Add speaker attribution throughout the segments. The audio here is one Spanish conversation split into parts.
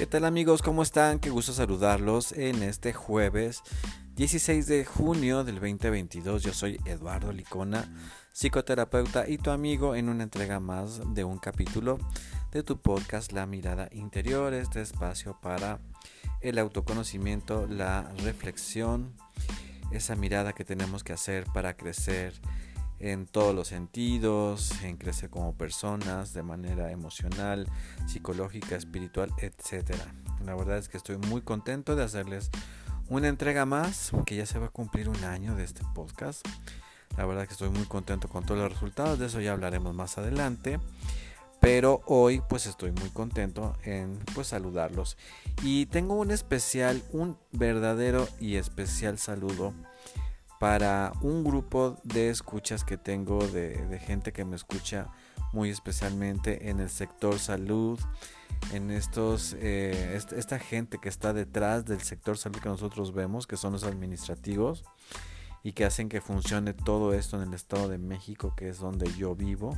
Speaker 1: ¿Qué tal amigos? ¿Cómo están? Qué gusto saludarlos en este jueves 16 de junio del 2022. Yo soy Eduardo Licona, psicoterapeuta y tu amigo en una entrega más de un capítulo de tu podcast La Mirada Interior, este espacio para el autoconocimiento, la reflexión, esa mirada que tenemos que hacer para crecer en todos los sentidos, en crecer como personas de manera emocional, psicológica, espiritual, etcétera. La verdad es que estoy muy contento de hacerles una entrega más, que ya se va a cumplir un año de este podcast. La verdad es que estoy muy contento con todos los resultados, de eso ya hablaremos más adelante. Pero hoy pues estoy muy contento en pues saludarlos. Y tengo un verdadero y especial saludo para un grupo de escuchas que tengo de gente que me escucha muy especialmente en el sector salud, en esta gente que está detrás del sector salud que nosotros vemos, que son los administrativos y que hacen que funcione todo esto en el Estado de México, que es donde yo vivo.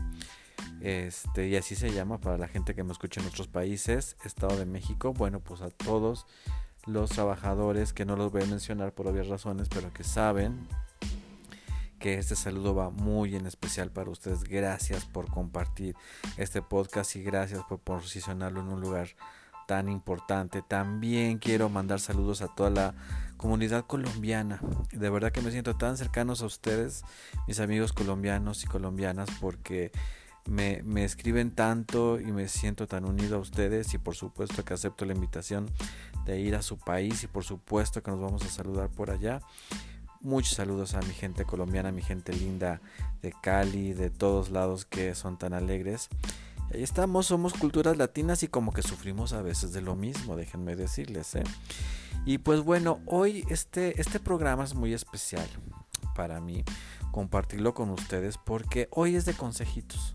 Speaker 1: Y así se llama para la gente que me escucha en otros países, Estado de México. Bueno, pues a todos los trabajadores, que no los voy a mencionar por obvias razones, pero que saben que este saludo va muy en especial para ustedes. Gracias por compartir este podcast y gracias por posicionarlo en un lugar tan importante. También quiero mandar saludos a toda la comunidad colombiana. De verdad que me siento tan cercanos a ustedes, mis amigos colombianos y colombianas, porque me escriben tanto y me siento tan unido a ustedes, y por supuesto que acepto la invitación de ir a su país y por supuesto que nos vamos a saludar por allá. Muchos saludos a mi gente colombiana, mi gente linda de Cali, de todos lados que son tan alegres. Y ahí estamos, somos culturas latinas y como que sufrimos a veces de lo mismo, déjenme decirles, Y pues bueno, hoy este programa es muy especial para mí compartirlo con ustedes, porque hoy es de consejitos.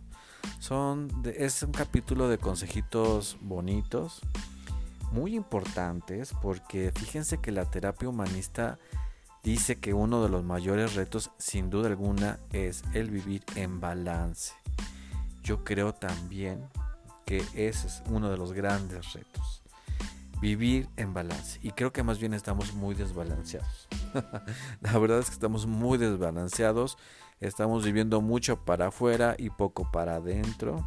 Speaker 1: Es un capítulo de consejitos bonitos, muy importantes, porque fíjense que la terapia humanista dice que uno de los mayores retos, sin duda alguna, es el vivir en balance. Yo creo también que ese es uno de los grandes retos, vivir en balance. Y creo que más bien estamos muy desbalanceados. La verdad es que estamos muy desbalanceados. Estamos viviendo mucho para afuera y poco para adentro.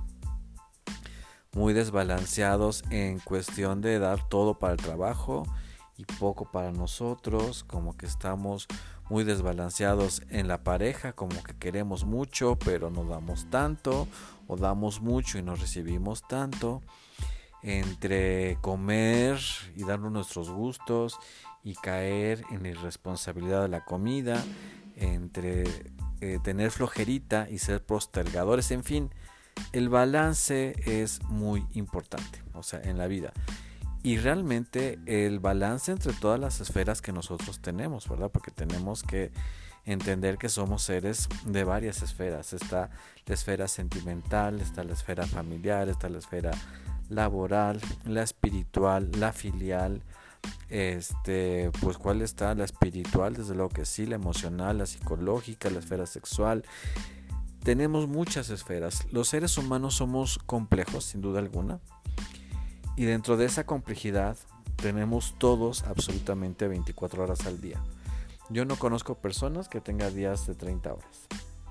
Speaker 1: Muy desbalanceados en cuestión de dar todo para el trabajo y poco para nosotros. Como que estamos muy desbalanceados en la pareja, como que queremos mucho pero no damos tanto, o damos mucho y no recibimos tanto. Entre comer y darnos nuestros gustos y caer en la irresponsabilidad de la comida, entre tener flojerita y ser postergadores, en fin, el balance es muy importante, o sea, en la vida. Y realmente el balance entre todas las esferas que nosotros tenemos, ¿verdad? Porque tenemos que entender que somos seres de varias esferas. Está la esfera sentimental, está la esfera familiar, está la esfera laboral, la espiritual, la filial. Pues ¿cuál está? La espiritual, desde luego que sí, la emocional, la psicológica, la esfera sexual. Tenemos muchas esferas. Los seres humanos somos complejos, sin duda alguna. Y dentro de esa complejidad tenemos todos absolutamente 24 horas al día. Yo no conozco personas que tengan días de 30 horas.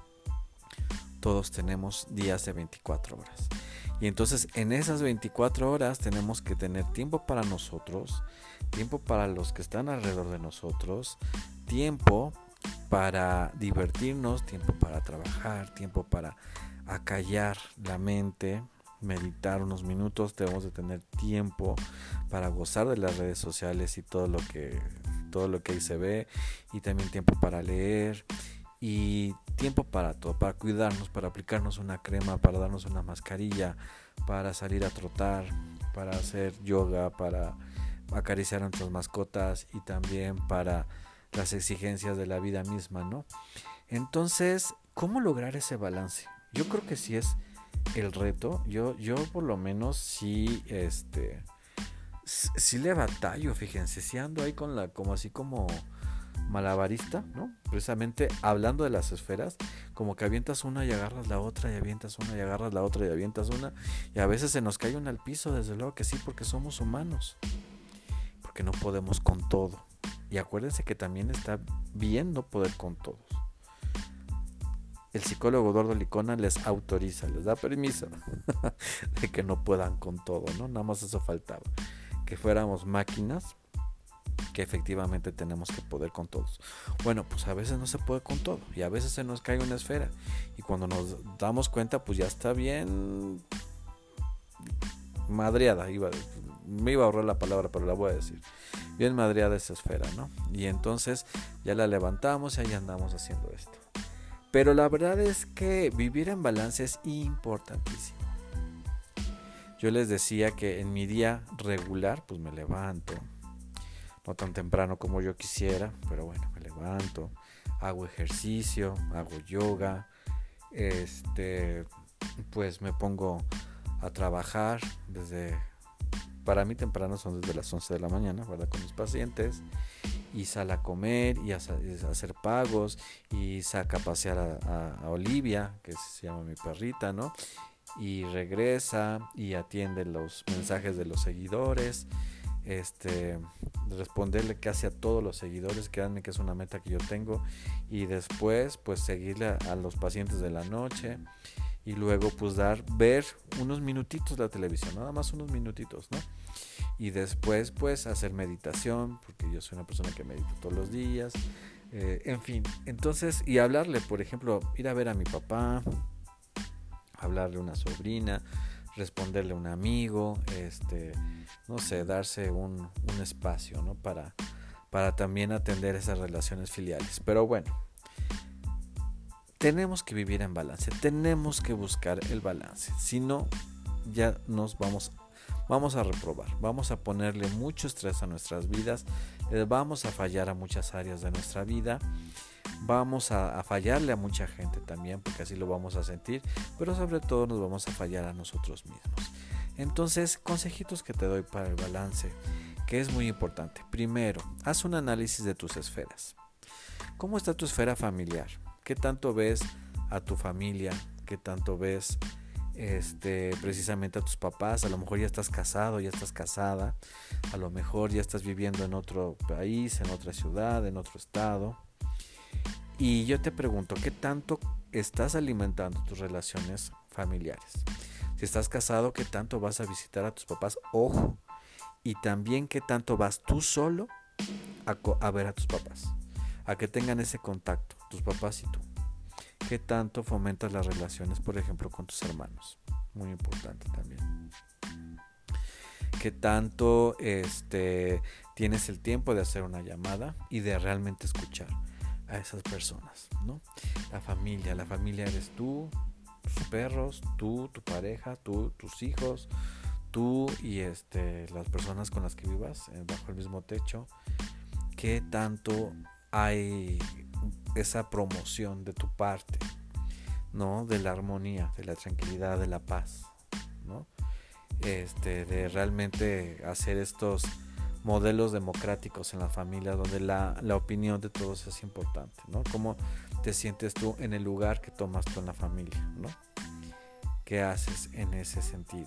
Speaker 1: Todos tenemos días de 24 horas. Y entonces en esas 24 horas tenemos que tener tiempo para nosotros, tiempo para los que están alrededor de nosotros, tiempo para divertirnos, tiempo para trabajar, tiempo para acallar la mente, meditar unos minutos. Debemos de tener tiempo para gozar de las redes sociales y todo lo que ahí se ve, y también tiempo para leer y tiempo para todo, para cuidarnos, para aplicarnos una crema, para darnos una mascarilla, para salir a trotar, para hacer yoga, para acariciar a nuestras mascotas y también para las exigencias de la vida misma, ¿no? Entonces, ¿cómo lograr ese balance? Yo creo que sí es el reto. Yo por lo menos sí sí le batallo, fíjense, sí ando ahí con la como malabarista, ¿no? Precisamente hablando de las esferas, como que avientas una y agarras la otra, y avientas una y agarras la otra, y avientas una, y a veces se nos cae una al piso, desde luego que sí, porque somos humanos, porque no podemos con todo. Y acuérdense que también está bien no poder con todos. El psicólogo Eduardo Licona les autoriza, les da permiso de que no puedan con todo, ¿no? Nada más eso faltaba, que fuéramos máquinas, que efectivamente tenemos que poder con todos. Bueno, pues a veces no se puede con todo, y a veces se nos cae una esfera, y cuando nos damos cuenta, pues ya está bien madreada, me iba a ahorrar la palabra, pero la voy a decir, bien madreada esa esfera, ¿no? Y entonces ya la levantamos y ahí andamos haciendo esto. Pero la verdad es que vivir en balance es importantísimo. Yo les decía que en mi día regular, pues me levanto, no tan temprano como yo quisiera, pero bueno, me levanto, hago ejercicio, hago yoga, pues me pongo a trabajar para mí temprano son desde las 11 de la mañana, ¿verdad? Con mis pacientes, y sale a comer y a hacer pagos, y saca a pasear a Olivia, que se llama mi perrita, ¿no? Y regresa y atiende los mensajes de los seguidores, responderle casi a todos los seguidores, créanme que es una meta que yo tengo, y después pues seguirle a los pacientes de la noche, y luego pues ver unos minutitos la televisión, nada más unos minutitos, ¿no? Y después pues hacer meditación, porque yo soy una persona que medita todos los días, en fin, entonces, y hablarle, por ejemplo, ir a ver a mi papá, hablarle a una sobrina, responderle a un amigo, no sé, darse un espacio, ¿no? Para también atender esas relaciones filiales. Pero bueno, tenemos que vivir en balance, tenemos que buscar el balance, si no ya nos vamos a reprobar, vamos a ponerle mucho estrés a nuestras vidas, vamos a fallar a muchas áreas de nuestra vida, vamos a fallarle a mucha gente también, porque así lo vamos a sentir, pero sobre todo nos vamos a fallar a nosotros mismos. Entonces, consejitos que te doy para el balance, que es muy importante. Primero, haz un análisis de tus esferas. ¿Cómo está tu esfera familiar? ¿Qué tanto ves a tu familia? ¿Qué tanto ves precisamente a tus papás? A lo mejor ya estás casado, ya estás casada, a lo mejor ya estás viviendo en otro país, en otra ciudad, en otro estado. Y yo te pregunto, ¿qué tanto estás alimentando tus relaciones familiares? Si estás casado, ¿qué tanto vas a visitar a tus papás? Ojo, y también ¿qué tanto vas tú solo a ver a tus papás? A que tengan ese contacto, tus papás y tú. ¿Qué tanto fomentas las relaciones, por ejemplo, con tus hermanos? Muy importante también. ¿Qué tanto tienes el tiempo de hacer una llamada y de realmente escuchar a esas personas, ¿no? La familia eres tú, tus perros, tú, tu pareja, tú, tus hijos, tú y las personas con las que vivas bajo el mismo techo. ¿Qué tanto hay esa promoción de tu parte, ¿no? De la armonía, de la tranquilidad, de la paz, ¿no? De realmente hacer estos modelos democráticos en la familia, donde la opinión de todos es importante, ¿no? ¿Cómo te sientes tú en el lugar que tomas tú en la familia, ¿no? ¿Qué haces en ese sentido?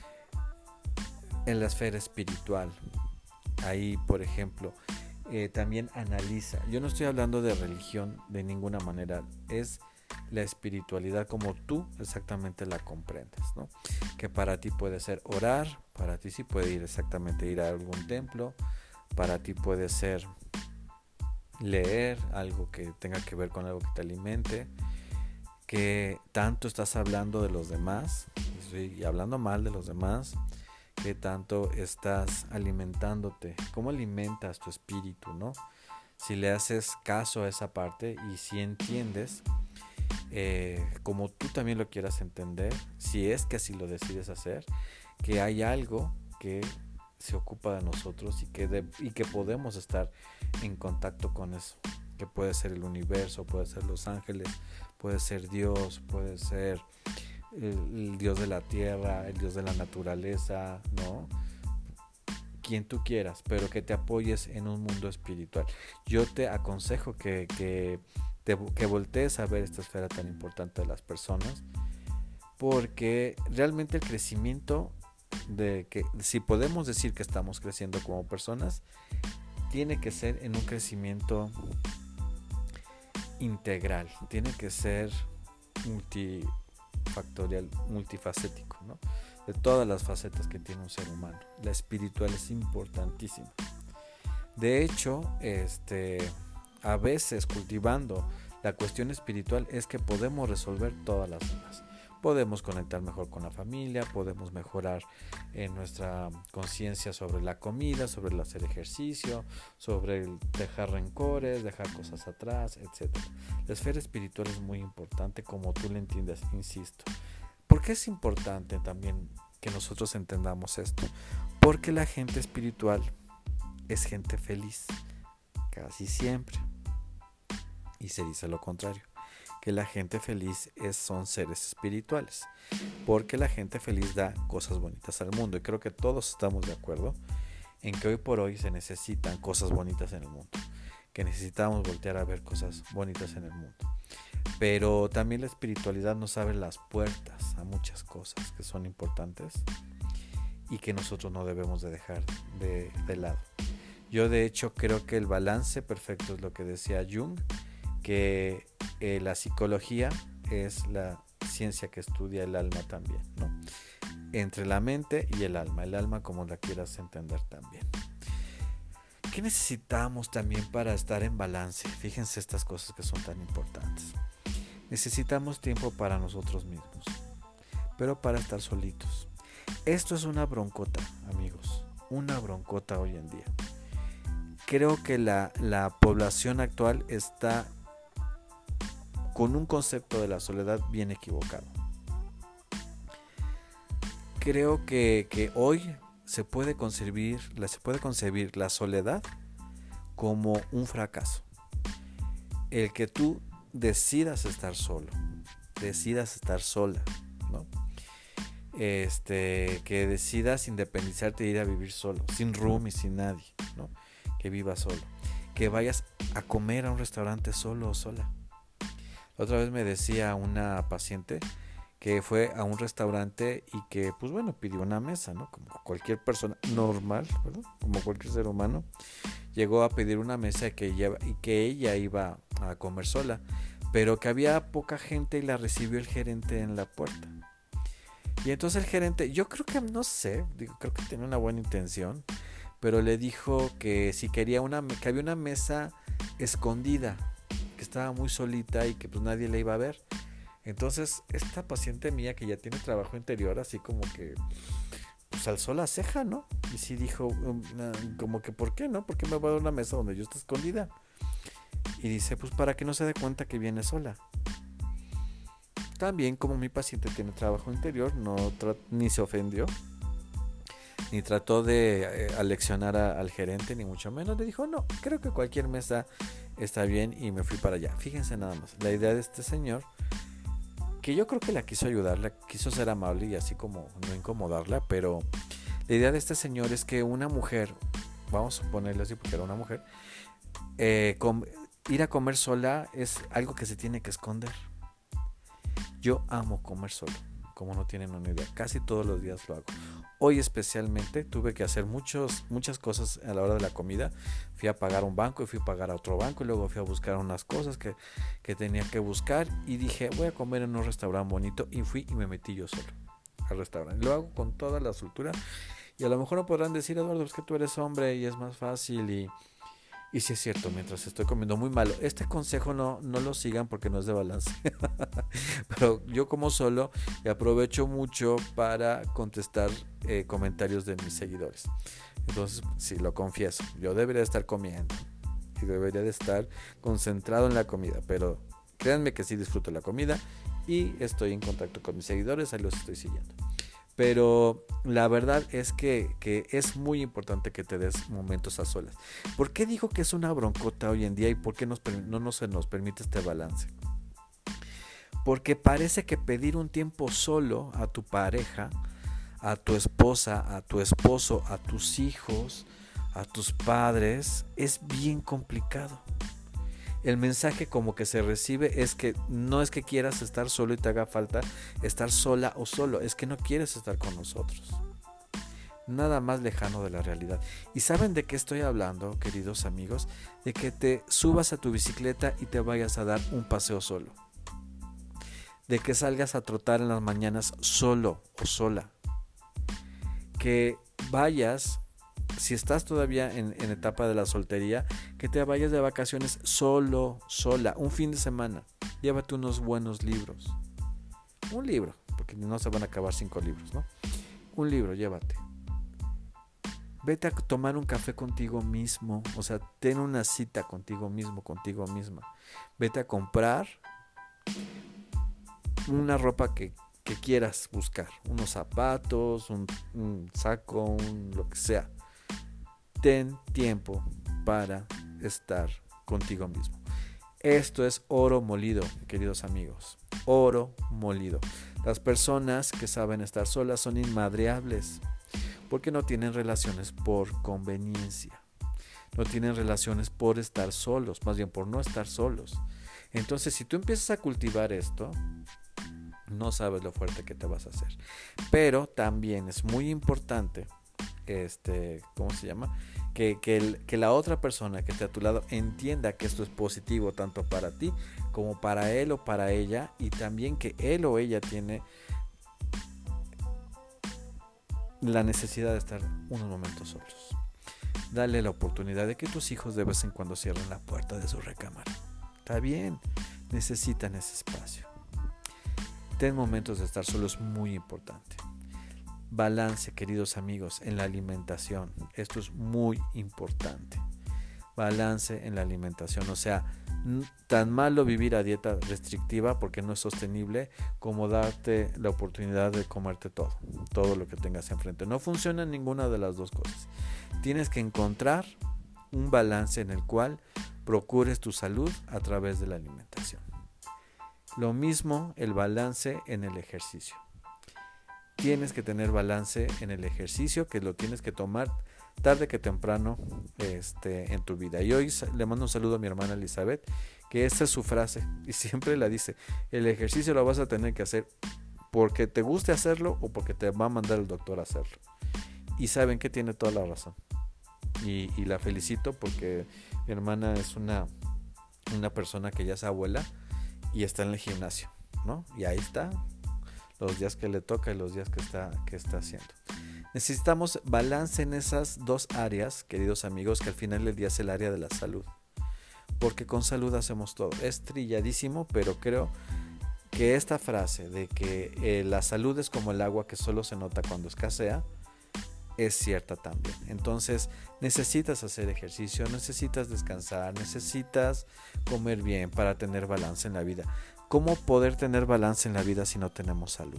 Speaker 1: En la esfera espiritual, ahí, por ejemplo, también analiza. Yo no estoy hablando de religión de ninguna manera, es la espiritualidad como tú exactamente la comprendes, ¿no? Que para ti puede ser orar, para ti sí puede ir a algún templo, para ti puede ser leer algo que tenga que ver con algo que te alimente, que tanto estás hablando de los demás, estoy hablando mal de los demás, que tanto estás alimentándote, cómo alimentas tu espíritu, ¿no? Si le haces caso a esa parte y si entiendes, como tú también lo quieras entender, si es que así lo decides hacer, que hay algo que se ocupa de nosotros y que podemos estar en contacto con eso, que puede ser el universo, puede ser los ángeles, puede ser Dios, puede ser el Dios de la tierra, el Dios de la naturaleza, ¿no? quien tú quieras, pero que te apoyes en un mundo espiritual. Yo te aconsejo que voltees a ver esta esfera tan importante de las personas, porque realmente el crecimiento, de que si podemos decir que estamos creciendo como personas, tiene que ser en un crecimiento integral, tiene que ser multifactorial, multifacético, ¿no? De todas las facetas que tiene un ser humano. La espiritual es importantísima. De hecho, a veces cultivando la cuestión espiritual es que podemos resolver todas las demás. Podemos conectar mejor con la familia, podemos mejorar nuestra conciencia sobre la comida, sobre el hacer ejercicio, sobre el dejar rencores, dejar cosas atrás, etc. La esfera espiritual es muy importante como tú la entiendas, insisto. ¿Por qué es importante también que nosotros entendamos esto? Porque la gente espiritual es gente feliz, casi siempre. Y se dice lo contrario, que la gente feliz son seres espirituales, porque la gente feliz da cosas bonitas al mundo. Y creo que todos estamos de acuerdo en que hoy por hoy se necesitan cosas bonitas en el mundo, que necesitamos voltear a ver cosas bonitas en el mundo. Pero también la espiritualidad nos abre las puertas a muchas cosas que son importantes y que nosotros no debemos de dejar de lado. Yo de hecho creo que el balance perfecto es lo que decía Jung, que la psicología es la ciencia que estudia el alma también, ¿no? Entre la mente y el alma como la quieras entender también. ¿Qué necesitamos también para estar en balance? Fíjense estas cosas que son tan importantes. Necesitamos tiempo para nosotros mismos, pero para estar solitos. Esto es una broncota, amigos, una broncota hoy en día. Creo que la población actual está con un concepto de la soledad bien equivocado. Creo que hoy se puede concebir la soledad como un fracaso. El que tú decidas estar solo, decidas estar sola, ¿no? Que decidas independizarte e ir a vivir solo, sin roomie, sin nadie, ¿no? Que vivas solo, que vayas a comer a un restaurante solo o sola. Otra vez me decía una paciente que fue a un restaurante y que, pues bueno, pidió una mesa, ¿no? Como cualquier persona normal, ¿verdad? Como cualquier ser humano, llegó a pedir una mesa y que ella iba a comer sola, pero que había poca gente y la recibió el gerente en la puerta. Y entonces el gerente, yo creo que, no sé, creo que tenía una buena intención, pero le dijo que si quería que había una mesa escondida, que estaba muy solita y que pues nadie la iba a ver. Entonces esta paciente mía que ya tiene trabajo interior, así como que pues alzó la ceja, ¿no? Y sí dijo, como que ¿por qué no? ¿Por qué me va a dar una mesa donde yo esté escondida? Y dice, pues para que no se dé cuenta que viene sola. También como mi paciente tiene trabajo interior, ni se ofendió, ni trató de aleccionar al gerente, ni mucho menos. Le dijo, no, creo que cualquier mesa está bien, y me fui para allá. Fíjense nada más, la idea de este señor, que yo creo que la quiso ayudar, la quiso ser amable y así como no incomodarla, pero la idea de este señor es que una mujer, vamos a ponerle así porque era una mujer, ir a comer sola es algo que se tiene que esconder. Yo amo comer solo, como no tienen una idea, casi todos los días lo hago. Hoy especialmente tuve que hacer muchas cosas a la hora de la comida. Fui a pagar un banco y fui a pagar a otro banco y luego fui a buscar unas cosas que tenía que buscar y dije, voy a comer en un restaurante bonito, y fui y me metí yo solo al restaurante. Lo hago con toda la soltura y a lo mejor no podrán decir, Eduardo, es que tú eres hombre y es más fácil, y sí es cierto, mientras estoy comiendo muy malo. Este consejo no lo sigan porque no es de balance. Pero yo como solo y aprovecho mucho para contestar comentarios de mis seguidores. Entonces, sí, lo confieso, yo debería estar comiendo y debería de estar concentrado en la comida, pero créanme que sí disfruto la comida y estoy en contacto con mis seguidores, ahí los estoy siguiendo. Pero la verdad es que es muy importante que te des momentos a solas. ¿Por qué digo que es una broncota hoy en día y por qué no se nos permite este balance? Porque parece que pedir un tiempo solo a tu pareja, a tu esposa, esposa, a tu esposo, a tus hijos, a tus padres, es bien complicado. El mensaje como que se recibe es que no es que quieras estar solo y te haga falta estar sola o solo, es que no quieres estar con nosotros. Nada más lejano de la realidad. ¿Y saben de qué estoy hablando, queridos amigos? De que te subas a tu bicicleta y te vayas a dar un paseo solo. De que salgas a trotar en las mañanas solo o sola. Que vayas, si estás todavía en etapa de la soltería, que te vayas de vacaciones solo, sola, un fin de semana. Llévate unos buenos libros. Un libro, porque no se van a acabar 5 libros, ¿no? Un libro, llévate. Vete a tomar un café contigo mismo, o sea, ten una cita contigo mismo, contigo misma. Vete a comprar una ropa que quieras buscar, unos zapatos, un saco, lo que sea. Ten tiempo para estar contigo mismo. Esto es oro molido, queridos amigos. Oro molido. Las personas que saben estar solas son inmadreables porque no tienen relaciones por conveniencia. No tienen relaciones por estar solos, más bien por no estar solos. Entonces, si tú empiezas a cultivar esto, no sabes lo fuerte que te vas a hacer. Pero también es muy importante, ¿cómo se llama? Que la otra persona que esté a tu lado entienda que esto es positivo tanto para ti como para él o para ella, y también que él o ella tiene la necesidad de estar unos momentos solos. Dale la oportunidad de que tus hijos de vez en cuando cierren la puerta de su recámara. Está bien, necesitan ese espacio. Ten momentos de estar solo, es muy importante. Balance, queridos amigos, en la alimentación. Esto es muy importante. Balance en la alimentación. O sea, tan malo vivir a dieta restrictiva porque no es sostenible, como darte la oportunidad de comerte todo lo que tengas enfrente. No funciona ninguna de las dos cosas. Tienes que encontrar un balance en el cual procures tu salud a través de la alimentación. Lo mismo el balance en el ejercicio. Tienes que tener balance en el ejercicio, que lo tienes que tomar tarde que temprano en tu vida. Y hoy le mando un saludo a mi hermana Elizabeth, que esa es su frase y siempre la dice: el ejercicio lo vas a tener que hacer porque te guste hacerlo o porque te va a mandar el doctor a hacerlo. Y saben que tiene toda la razón. Y la felicito porque mi hermana es una persona que ya es abuela y está en el gimnasio, ¿no? Y ahí está, los días que le toca y los días que está haciendo. Necesitamos balance en esas dos áreas, queridos amigos, que al final del día es el área de la salud. Porque con salud hacemos todo. Es trilladísimo, pero creo que esta frase de que la salud es como el agua que solo se nota cuando escasea, es cierta también. Entonces necesitas hacer ejercicio, necesitas descansar, necesitas comer bien para tener balance en la vida. ¿Cómo poder tener balance en la vida si no tenemos salud?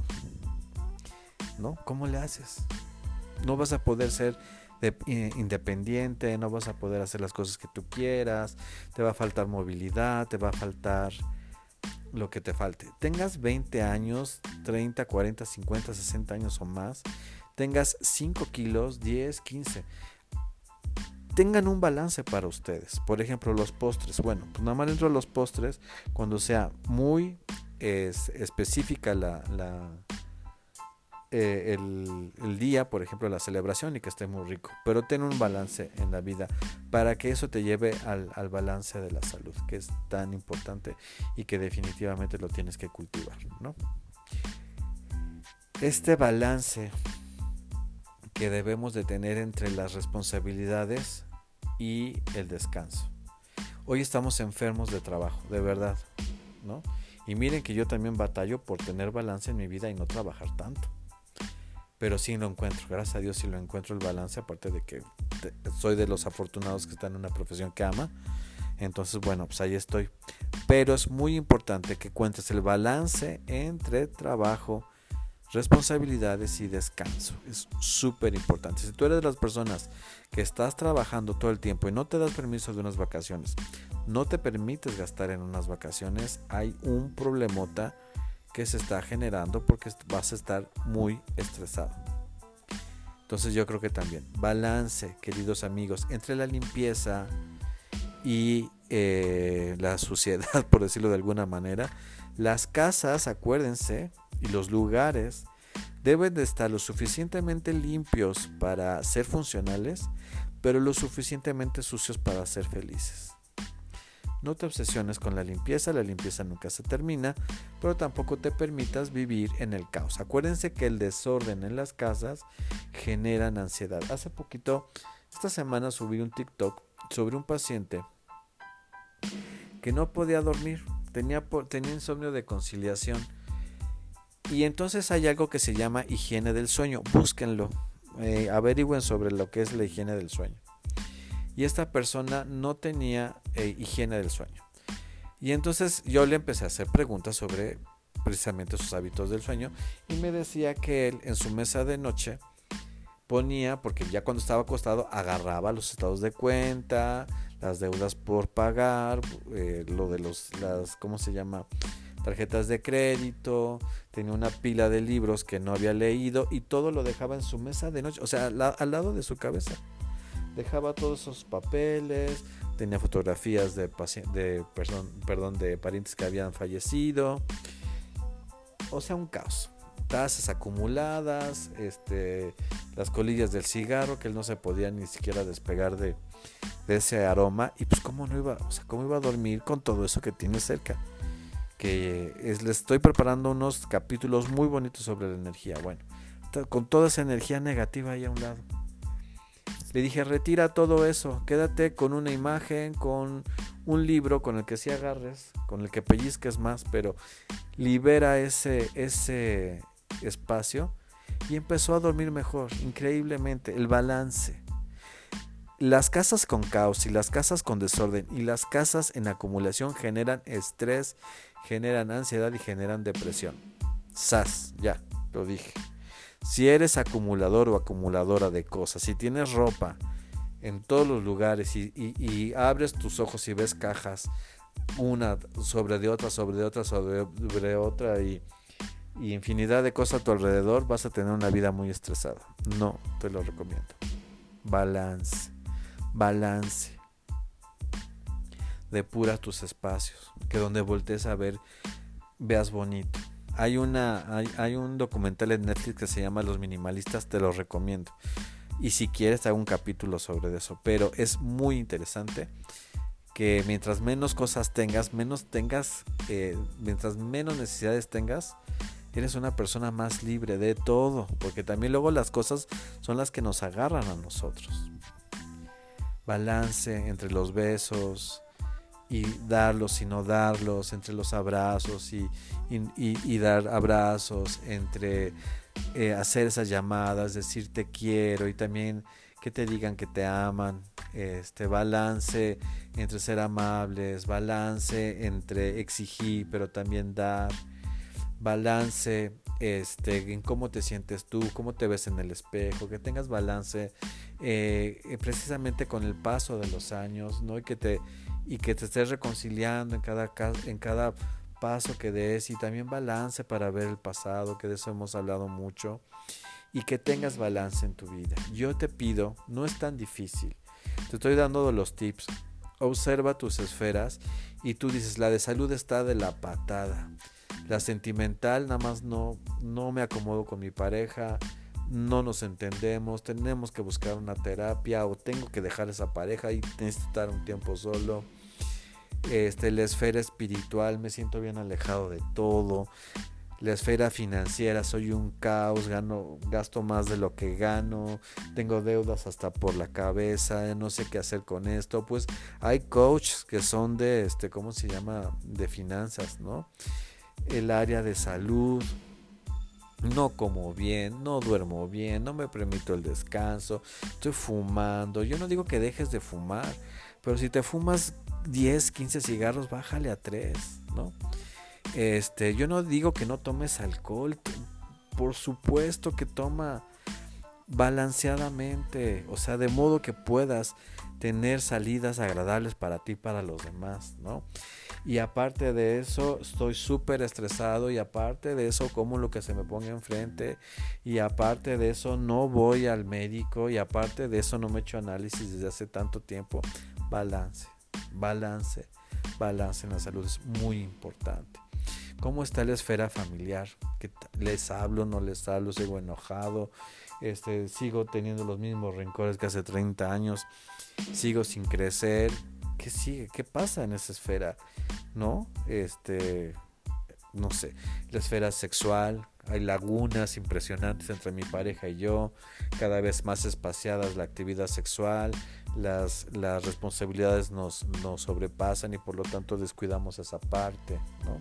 Speaker 1: ¿No? ¿Cómo le haces? No vas a poder ser independiente, no vas a poder hacer las cosas que tú quieras, te va a faltar movilidad, te va a faltar lo que te falte. Tengas 20 años, 30, 40, 50, 60 años o más, tengas 5 kilos, 10, 15. Tengan un balance para ustedes. Por ejemplo, los postres. Bueno, pues nada más dentro de los postres cuando sea muy específica el día, por ejemplo, la celebración, y que esté muy rico. Pero ten un balance en la vida para que eso te lleve al balance de la salud, que es tan importante y que definitivamente lo tienes que cultivar, ¿no? Este balance que debemos de tener entre las responsabilidades y el descanso. Hoy estamos enfermos de trabajo, de verdad, ¿no? Y miren que yo también batallo por tener balance en mi vida y no trabajar tanto. Pero sí lo encuentro, gracias a Dios sí lo encuentro el balance, aparte de que soy de los afortunados que están en una profesión que ama. Entonces, bueno, pues ahí estoy. Pero es muy importante que cuentes el balance entre trabajo, responsabilidades y descanso. Es súper importante. Si tú eres de las personas que estás trabajando todo el tiempo y no te das permiso de unas vacaciones, no te permites gastar en unas vacaciones, hay un problemota que se está generando porque vas a estar muy estresado. Entonces yo creo que también balance, queridos amigos, entre la limpieza y la suciedad, por decirlo de alguna manera. Las casas, acuérdense, y los lugares deben de estar lo suficientemente limpios para ser funcionales, pero lo suficientemente sucios para ser felices. No te obsesiones con la limpieza nunca se termina, pero tampoco te permitas vivir en el caos. Acuérdense que el desorden en las casas generan ansiedad. Hace poquito, esta semana subí un TikTok sobre un paciente que no podía dormir, tenía insomnio de conciliación. Y entonces hay algo que se llama higiene del sueño. Búsquenlo, averigüen sobre lo que es la higiene del sueño. Y esta persona no tenía higiene del sueño. Y entonces yo le empecé a hacer preguntas sobre precisamente sus hábitos del sueño. Y me decía que él en su mesa de noche ponía, porque ya cuando estaba acostado agarraba los estados de cuenta, las deudas por pagar, lo de las, ¿cómo se llama?, tarjetas de crédito, tenía una pila de libros que no había leído y todo lo dejaba en su mesa de noche, o sea, al lado de su cabeza. Dejaba todos esos papeles, tenía fotografías de parientes que habían fallecido. O sea, un caos. Tazas acumuladas, las colillas del cigarro que él no se podía ni siquiera despegar de ese aroma. Y pues cómo iba a dormir con todo eso que tiene cerca. Les estoy preparando unos capítulos muy bonitos sobre la energía. Bueno, con toda esa energía negativa ahí a un lado. Le dije, retira todo eso, quédate con una imagen, con un libro con el que sí agarres, con el que pellizques más, pero libera ese espacio. Y empezó a dormir mejor, increíblemente. El balance. Las casas con caos y las casas con desorden y las casas en acumulación generan estrés, generan ansiedad y generan depresión. ¡Sas! Ya, lo dije. Si eres acumulador o acumuladora de cosas, si tienes ropa en todos los lugares y abres tus ojos y ves cajas, una sobre otra y infinidad de cosas a tu alrededor, vas a tener una vida muy estresada. No te lo recomiendo. Balance. Depura tus espacios, que donde voltees a ver, veas bonito. Hay un documental en Netflix que se llama Los Minimalistas, te lo recomiendo. Y si quieres hago un capítulo sobre eso, pero es muy interesante que mientras menos cosas tengas, mientras menos necesidades tengas, eres una persona más libre de todo, porque también luego las cosas son las que nos agarran a nosotros. Balance entre los besos y darlos y no darlos, entre los abrazos y dar abrazos, entre hacer esas llamadas, decir te quiero y también que te digan que te aman. Balance entre ser amables, balance entre exigir pero también dar, balance en cómo te sientes tú, cómo te ves en el espejo, que tengas balance precisamente con el paso de los años, ¿no? Y que te estés reconciliando en cada paso que des, y también balance para ver el pasado, que de eso hemos hablado mucho, y que tengas balance en tu vida. Yo te pido, no es tan difícil, te estoy dando los tips. Observa tus esferas y tú dices, la de salud está de la patada, la sentimental nada más no me acomodo con mi pareja, no nos entendemos, tenemos que buscar una terapia o tengo que dejar esa pareja y necesito estar un tiempo solo. La esfera espiritual, me siento bien alejado de todo. La esfera financiera, soy un caos, gasto más de lo que gano, tengo deudas hasta por la cabeza, no sé qué hacer con esto. Pues hay coaches que son de ¿cómo se llama?, de finanzas, ¿no? El área de salud, no como bien, no duermo bien, no me permito el descanso, estoy fumando. Yo no digo que dejes de fumar, pero si te fumas 10, 15 cigarros, bájale a 3, ¿no? Yo no digo que no tomes alcohol, por supuesto que toma balanceadamente, o sea, de modo que puedas tener salidas agradables para ti y para los demás, ¿no? Y aparte de eso estoy súper estresado, y aparte de eso como lo que se me ponga enfrente, y aparte de eso no voy al médico, y aparte de eso no me echo análisis desde hace tanto tiempo. Balance, balance, balance en la salud es muy importante. ¿Cómo está la esfera familiar? ¿Les hablo, no les hablo? ¿Sigo enojado? ¿Sigo teniendo los mismos rencores que hace 30 años? ¿Sigo sin crecer? ¿Qué sigue? ¿Qué pasa en esa esfera? ¿No? No sé, la esfera sexual, hay lagunas impresionantes entre mi pareja y yo, cada vez más espaciadas la actividad sexual, las responsabilidades nos sobrepasan y por lo tanto descuidamos esa parte, ¿no?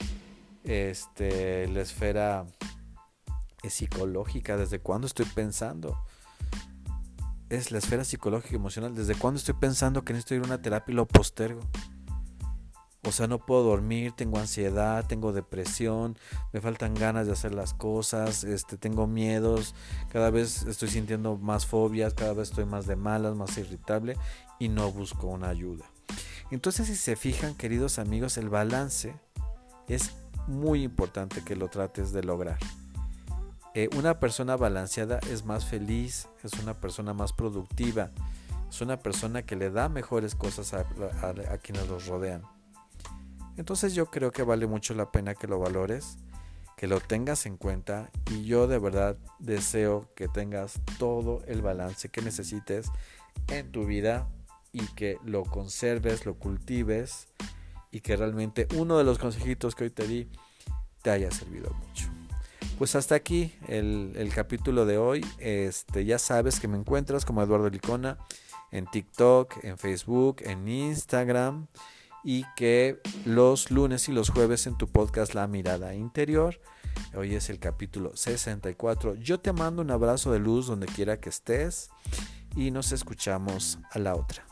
Speaker 1: La esfera psicológica, ¿desde cuándo estoy pensando? Es la esfera psicológica y emocional, ¿desde cuándo estoy pensando que necesito ir a una terapia y lo postergo? O sea, no puedo dormir, tengo ansiedad, tengo depresión, me faltan ganas de hacer las cosas, tengo miedos, cada vez estoy sintiendo más fobias, cada vez estoy más de malas, más irritable y no busco una ayuda. Entonces, si se fijan, queridos amigos, el balance es muy importante que lo trates de lograr. Una persona balanceada es más feliz, es una persona más productiva, es una persona que le da mejores cosas a quienes los rodean. Entonces yo creo que vale mucho la pena que lo valores, que lo tengas en cuenta, y yo de verdad deseo que tengas todo el balance que necesites en tu vida y que lo conserves, lo cultives, y que realmente uno de los consejitos que hoy te di te haya servido mucho. Pues hasta aquí el capítulo de hoy. Ya sabes que me encuentras como Eduardo Licona en TikTok, en Facebook, en Instagram, y que los lunes y los jueves en tu podcast La Mirada Interior. Hoy es el capítulo 64. Yo te mando un abrazo de luz donde quiera que estés y nos escuchamos a la otra.